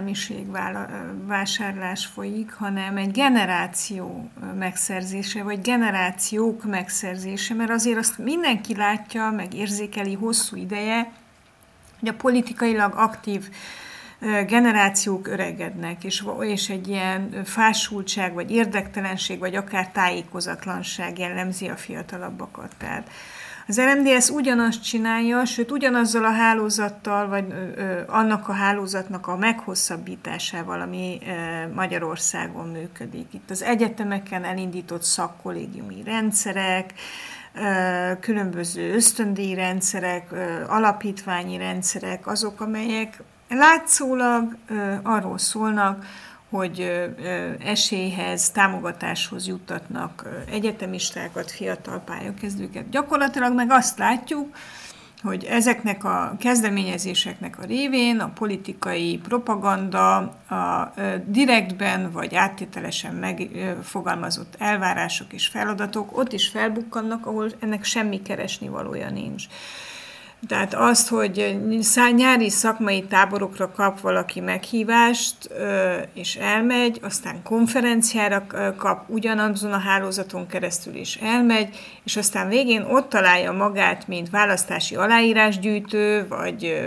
értelmiségvásárlás folyik, hanem egy generáció megszerzése, vagy generációk megszerzése, mert azért azt mindenki látja, meg érzékeli hosszú ideje, hogy a politikailag aktív generációk öregednek, és egy ilyen fásultság, vagy érdektelenség, vagy akár tájékozatlanság jellemzi a fiatalabbakat. Tehát az RMDSZ ugyanazt csinálja, sőt ugyanazzal a hálózattal, vagy annak a hálózatnak a meghosszabbításával, ami Magyarországon működik. Itt az egyetemeken elindított szakkollégiumi rendszerek, különböző ösztöndíjrendszerek, alapítványi rendszerek, azok, amelyek látszólag arról szólnak, hogy esélyhez, támogatáshoz juttatnak egyetemistákat, fiatal pályakezdőket. Gyakorlatilag meg azt látjuk, hogy ezeknek a kezdeményezéseknek a révén a politikai propaganda a direktben vagy áttételesen megfogalmazott elvárások és feladatok ott is felbukkannak, ahol ennek semmi keresnivalója nincs. Tehát azt, hogy nyári szakmai táborokra kap valaki meghívást, és elmegy, aztán konferenciára kap ugyanazon a hálózaton keresztül is elmegy, és aztán végén ott találja magát, mint választási aláírásgyűjtő, vagy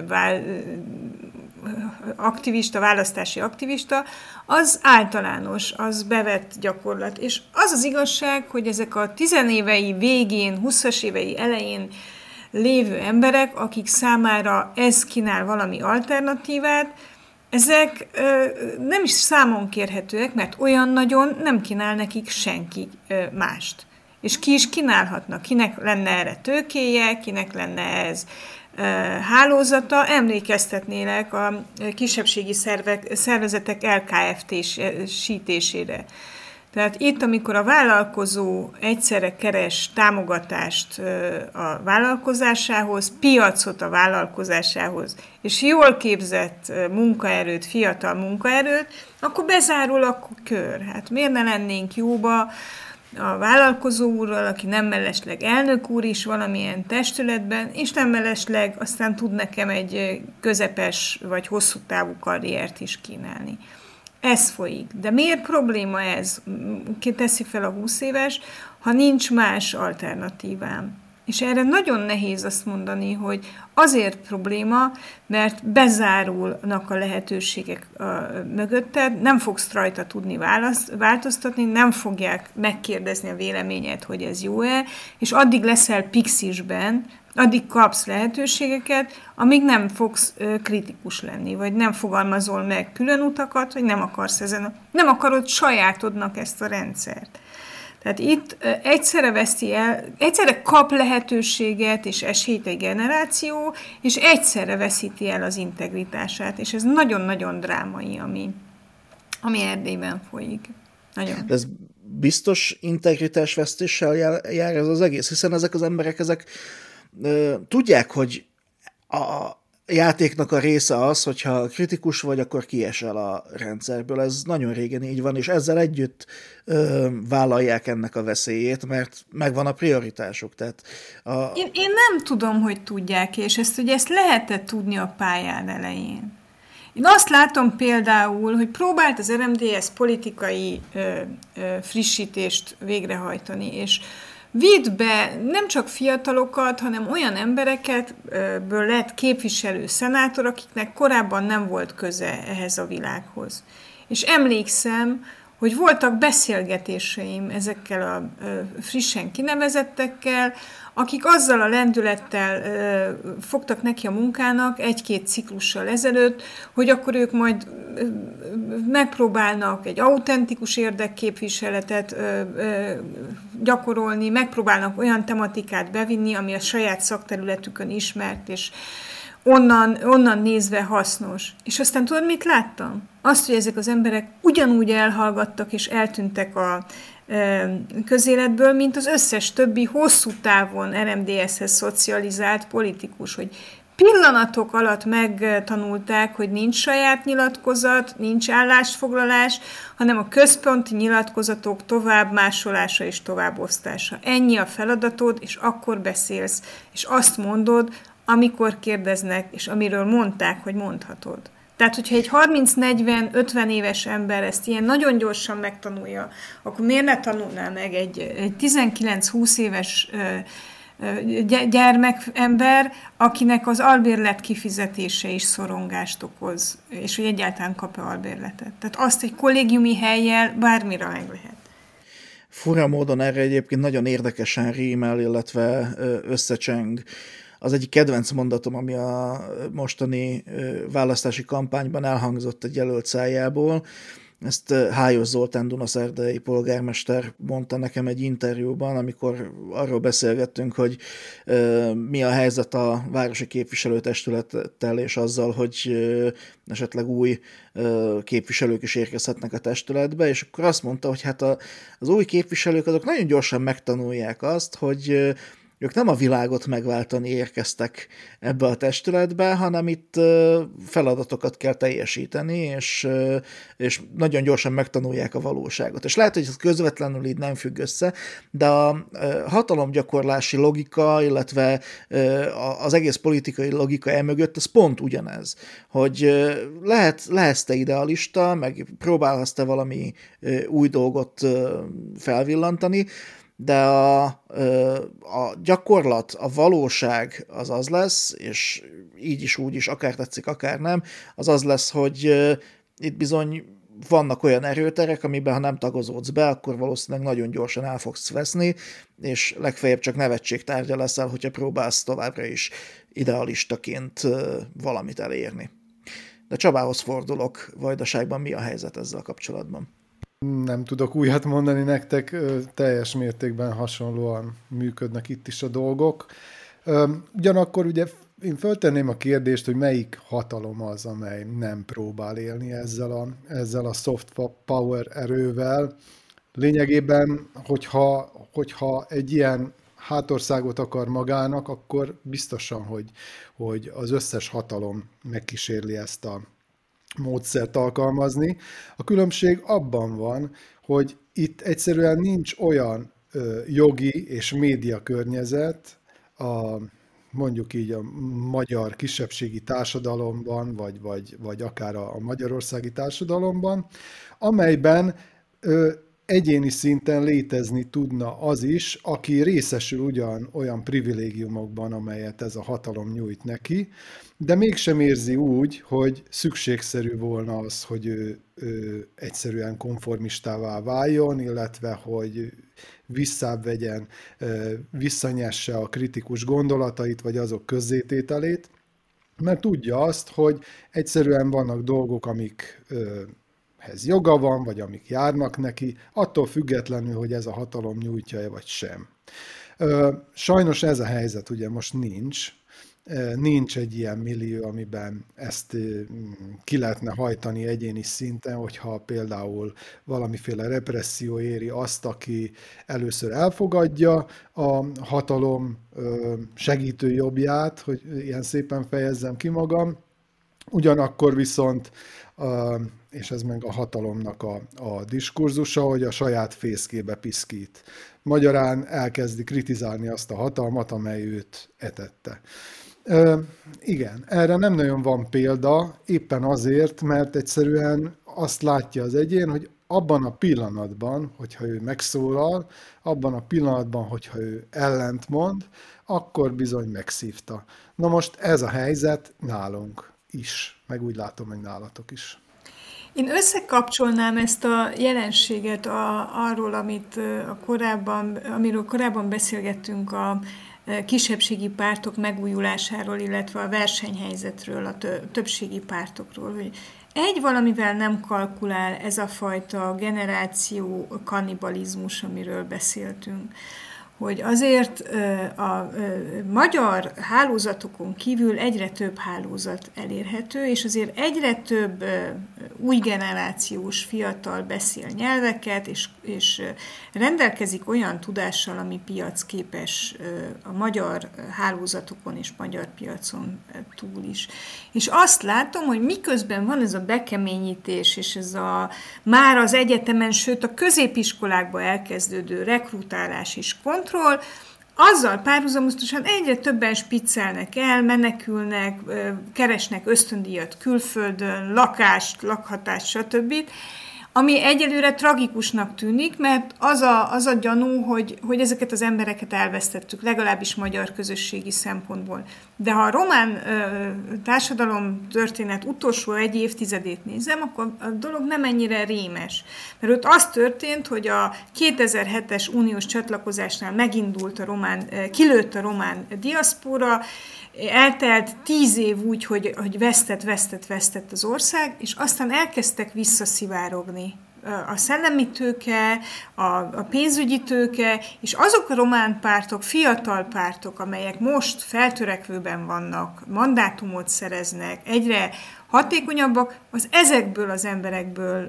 aktivista, választási aktivista, az általános, az bevett gyakorlat. És az az igazság, hogy ezek a 10 évei végén, 20-as évei elején lévő emberek, akik számára ez kínál valami alternatívát, ezek nem is számon kérhetőek, mert olyan nagyon nem kínál nekik senki mást. És ki is kínálhatnak, kinek lenne erre tőkéje, kinek lenne ez hálózata, emlékeztetnélek a kisebbségi szervezetek LKFT-sítésére. Tehát itt, amikor a vállalkozó egyszerre keres támogatást a vállalkozásához, piacot a vállalkozásához, és jól képzett munkaerőt, fiatal munkaerőt, akkor bezárul a kör. Hát miért ne lennénk jóba a vállalkozó úrral, aki nem mellesleg elnök úr is valamilyen testületben, és nem mellesleg aztán tud nekem egy közepes vagy hosszú távú karriert is kínálni. Ez folyik. De miért probléma ez? Teszi fel a 20 éves, ha nincs más alternatívám. És erre nagyon nehéz azt mondani, hogy azért probléma, mert bezárulnak a lehetőségek mögötted, nem fogsz rajta tudni változtatni, nem fogják megkérdezni a véleményed, hogy ez jó-e, és addig leszel pixisben, addig kapsz lehetőségeket, amíg nem fogsz kritikus lenni, vagy nem fogalmazol meg külön utakat, vagy nem akarod sajátodnak ezt a rendszert. Tehát itt egyszerre kap lehetőséget és esélyt egy generáció, és egyszerre veszíti el az integritását, és ez nagyon-nagyon drámai, ami Erdélyben folyik. Nagyon. Ez biztos integritásvesztéssel jár ez az egész, hiszen ezek az emberek, tudják, hogy a játéknak a része az, hogyha kritikus vagy, akkor kiesel a rendszerből. Ez nagyon régen így van, és ezzel együtt vállalják ennek a veszélyét, mert megvan a prioritásuk. Tehát Én nem tudom, hogy tudják, és ezt lehetett tudni a pályán elején. Én azt látom például, hogy próbált az RMDSZ politikai frissítést végrehajtani, és vidd be nem csak fiatalokat, hanem olyan embereket, ből lett képviselő, szenátor, akiknek korábban nem volt köze ehhez a világhoz. És emlékszem, hogy voltak beszélgetéseim ezekkel a frissen kinevezettekkel, akik azzal a lendülettel fogtak neki a munkának 1-2 ciklussal ezelőtt, hogy akkor ők majd megpróbálnak egy autentikus érdekképviseletet gyakorolni, megpróbálnak olyan tematikát bevinni, ami a saját szakterületükön ismert, és onnan nézve hasznos. És aztán tudod, mit láttam? Azt, hogy ezek az emberek ugyanúgy elhallgattak és eltűntek a közéletből, mint az összes többi hosszú távon RMDSZ-hez szocializált politikus, hogy pillanatok alatt megtanulták, hogy nincs saját nyilatkozat, nincs állásfoglalás, hanem a központi nyilatkozatok továbbmásolása és továbbosztása. Ennyi a feladatod, és akkor beszélsz, és azt mondod, amikor kérdeznek, és amiről mondták, hogy mondhatod. Tehát, hogyha egy 30-40-50 éves ember ezt ilyen nagyon gyorsan megtanulja, akkor miért ne tanulná meg egy 19-20 éves gyermekember, akinek az albérlet kifizetése is szorongást okoz, és hogy egyáltalán kap-e albérletet. Tehát azt egy kollégiumi hellyel bármire meg lehet. Fura módon erre egyébként nagyon érdekesen rímel, illetve összecseng az egyik kedvenc mondatom, ami a mostani választási kampányban elhangzott egy jelölt szájából. Ezt Hályos Zoltán dunaszerdai polgármester mondta nekem egy interjúban, amikor arról beszélgettünk, hogy mi a helyzet a városi képviselőtestülettel, és azzal, hogy esetleg új képviselők is érkezhetnek a testületbe, és akkor azt mondta, hogy hát az új képviselők azok nagyon gyorsan megtanulják azt, hogy ők nem a világot megváltani érkeztek ebbe a testületbe, hanem itt feladatokat kell teljesíteni, és nagyon gyorsan megtanulják a valóságot. És lehet, hogy ez közvetlenül így nem függ össze, de a hatalomgyakorlási logika, illetve az egész politikai logika emögött, az pont ugyanez, hogy lehetsz te idealista, meg próbálhatsz te valami új dolgot felvillantani, de a gyakorlat, a valóság az lesz, és így is, úgy is, akár tetszik, akár nem, az lesz, hogy itt bizony vannak olyan erőterek, amiben ha nem tagozódsz be, akkor valószínűleg nagyon gyorsan el fogsz veszni, és legfeljebb csak nevetségtárgya leszel, hogyha próbálsz továbbra is idealistaként valamit elérni. De Csabához fordulok, Vajdaságban mi a helyzet ezzel kapcsolatban? Nem tudok újat mondani nektek, teljes mértékben hasonlóan működnek itt is a dolgok. Ugyanakkor ugye én föltenném a kérdést, hogy melyik hatalom az, amely nem próbál élni ezzel a soft power erővel. Lényegében, hogyha egy ilyen hátországot akar magának, akkor biztosan, hogy az összes hatalom megkísérli ezt a módszert alkalmazni. A különbség abban van, hogy itt egyszerűen nincs olyan jogi és média környezet, mondjuk így a magyar kisebbségi társadalomban, vagy akár a magyarországi társadalomban, amelyben egyéni szinten létezni tudna az is, aki részesül ugyan olyan privilégiumokban, amelyet ez a hatalom nyújt neki, de mégsem érzi úgy, hogy szükségszerű volna az, hogy ő egyszerűen konformistává váljon, illetve hogy visszább vegyen, visszanyesse a kritikus gondolatait, vagy azok közzétételét, mert tudja azt, hogy egyszerűen vannak dolgok, amikhez joga van, vagy amik járnak neki, attól függetlenül, hogy ez a hatalom nyújtja-e, vagy sem. Sajnos ez a helyzet ugye most nincs egy ilyen millió, amiben ezt ki lehetne hajtani egyéni szinten, hogyha például valamiféle represszió éri azt, aki először elfogadja a hatalom segítő jobbját, hogy ilyen szépen fejezzem ki magam, ugyanakkor viszont, és ez meg a hatalomnak a diskurzusa, hogy a saját fészkébe piszkít. Magyarán elkezdi kritizálni azt a hatalmat, amely őt etette. Igen, erre nem nagyon van példa, éppen azért, mert egyszerűen azt látja az egyén, hogy abban a pillanatban, hogyha ő megszólal, abban a pillanatban, hogyha ő ellentmond, akkor bizony megszívta. Na most ez a helyzet nálunk is, meg úgy látom, meg nálatok is. Én összekapcsolnám ezt a jelenséget arról, amiről korábban beszélgettünk a kisebbségi pártok megújulásáról, illetve a versenyhelyzetről, a többségi pártokról, hogy valamivel nem kalkulál ez a fajta generáció kannibalizmus, amiről beszéltünk, hogy azért a magyar hálózatokon kívül egyre több hálózat elérhető, és azért egyre több új generációs fiatal beszél nyelveket, és rendelkezik olyan tudással, ami piacképes a magyar hálózatokon és magyar piacon túl is. És azt látom, hogy miközben van ez a bekeményítés, és ez már az egyetemen, sőt a középiskolákba elkezdődő rekrutálás és kontroll, azzal párhuzamosan egyre többen spiccelnek el, menekülnek, keresnek ösztöndíjat külföldön, lakást, lakhatást, stb., ami egyelőre tragikusnak tűnik, mert az a gyanú, hogy ezeket az embereket elvesztettük, legalábbis magyar közösségi szempontból. De ha a román társadalom történet utolsó egy évtizedét nézem, akkor a dolog nem ennyire rémes. Mert ott az történt, hogy a 2007-es uniós csatlakozásnál kilőtt a román diaszpóra, eltelt 10 év úgy, hogy vesztett az ország, és aztán elkezdtek visszaszivárogni a szellemi tőke, a pénzügyi tőke, és azok a román pártok, fiatal pártok, amelyek most feltörekvőben vannak, mandátumot szereznek, egyre hatékonyabbak, az ezekből az emberekből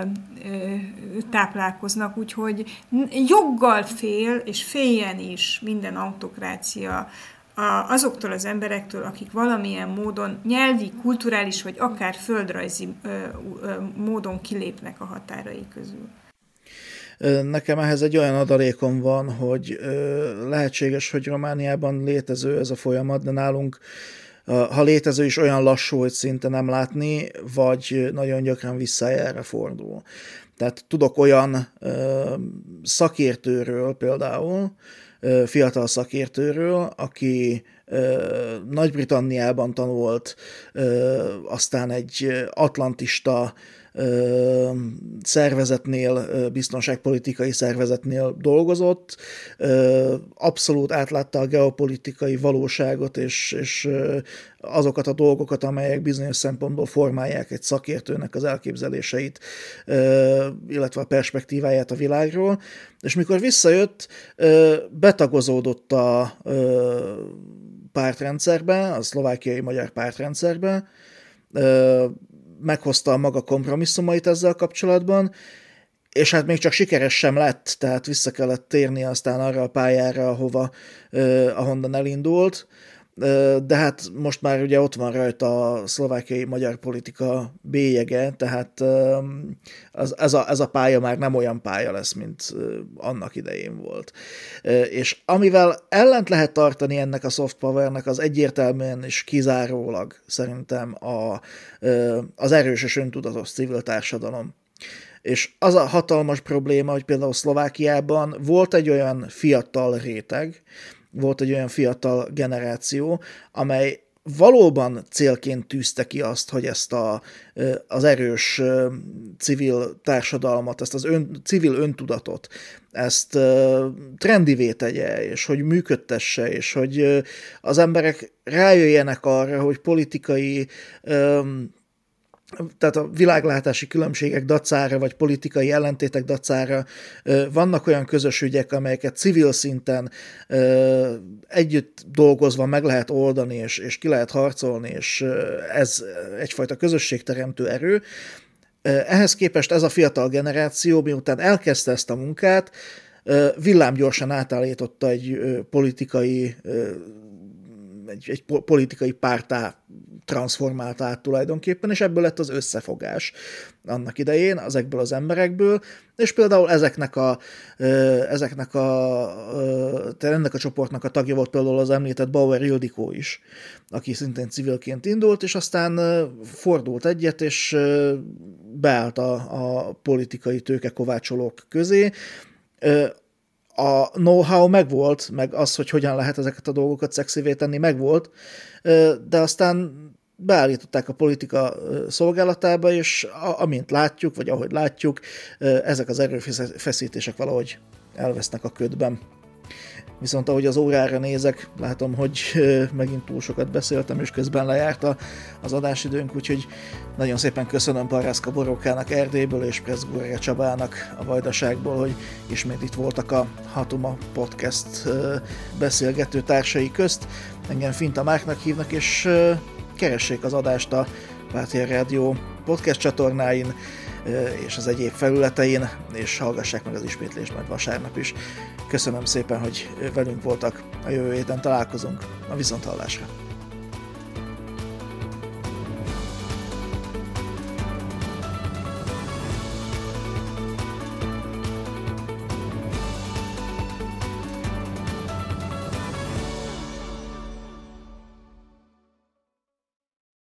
táplálkoznak, úgyhogy joggal fél, és féljen is minden autokrácia azoktól az emberektől, akik valamilyen módon nyelvi, kulturális, vagy akár földrajzi módon kilépnek a határai közül. Nekem ehhez egy olyan adalékom van, hogy lehetséges, hogy Romániában létező ez a folyamat, de nálunk, ha létező is, olyan lassú, hogy szinte nem látni, vagy nagyon gyakran visszájára fordul. Tehát tudok olyan szakértőről például, fiatal szakértőről, aki Nagy-Britanniában tanult, aztán egy atlantista szervezetnél, biztonságpolitikai szervezetnél dolgozott, abszolút átlátta a geopolitikai valóságot, és azokat a dolgokat, amelyek bizonyos szempontból formálják egy szakértőnek az elképzeléseit, illetve a perspektíváját a világról, és mikor visszajött, betagozódott a pártrendszerbe, a szlovákiai magyar pártrendszerbe, meghozta a maga kompromisszumait ezzel kapcsolatban, és hát még csak sikeres sem lett, tehát vissza kellett térni aztán arra a pályára, ahonnan elindult, de hát most már ugye ott van rajta a szlovákiai magyar politika bélyege, tehát ez a pálya már nem olyan pálya lesz, mint annak idején volt. És amivel ellent lehet tartani ennek a soft powernek, az egyértelműen és kizárólag szerintem az erős és öntudatos civil társadalom. És az a hatalmas probléma, hogy például Szlovákiában volt egy olyan fiatal réteg, volt egy olyan fiatal generáció, amely valóban célként tűzte ki azt, hogy ezt az erős civil társadalmat, ezt az civil öntudatot, ezt trendivé tegye, és hogy működtesse, és hogy az emberek rájöjjenek arra, hogy politikai, tehát a világlátási különbségek dacára, vagy politikai ellentétek dacára vannak olyan közös ügyek, amelyeket civil szinten együtt dolgozva meg lehet oldani, és ki lehet harcolni, és ez egyfajta közösségteremtő erő. Ehhez képest ez a fiatal generáció, miután elkezdte ezt a munkát, villámgyorsan átállította egy politikai párttá transformált át tulajdonképpen, és ebből lett az összefogás annak idején, ezekből az emberekből, és például ennek a csoportnak a tagja volt például az említett Bauer Ildikó is, aki szintén civilként indult, és aztán fordult egyet, és beállt a politikai tőkekovácsolók közé. A know-how megvolt, meg az, hogy hogyan lehet ezeket a dolgokat szexivé tenni, megvolt, de aztán beállították a politika szolgálatába, és amint látjuk, vagy ahogy látjuk, ezek az erőfeszítések valahogy elvesznek a ködben. Viszont ahogy az órára nézek, látom, hogy megint túl sokat beszéltem, és közben lejárt az adásidőnk, úgyhogy nagyon szépen köszönöm Parászka Borókának Erdélyből és Pressburger Csabának a Vajdaságból, hogy ismét itt voltak a Hatuma Podcast beszélgető társai közt. Engem Finta Márknak hívnak, és keressék az adást a Pátriá Rádió podcast csatornáin és az egyéb felületein, és hallgassák meg az ismétlést majd vasárnap is. Köszönöm szépen, hogy velünk voltak, a jövő héten találkozunk, a viszonthallásra!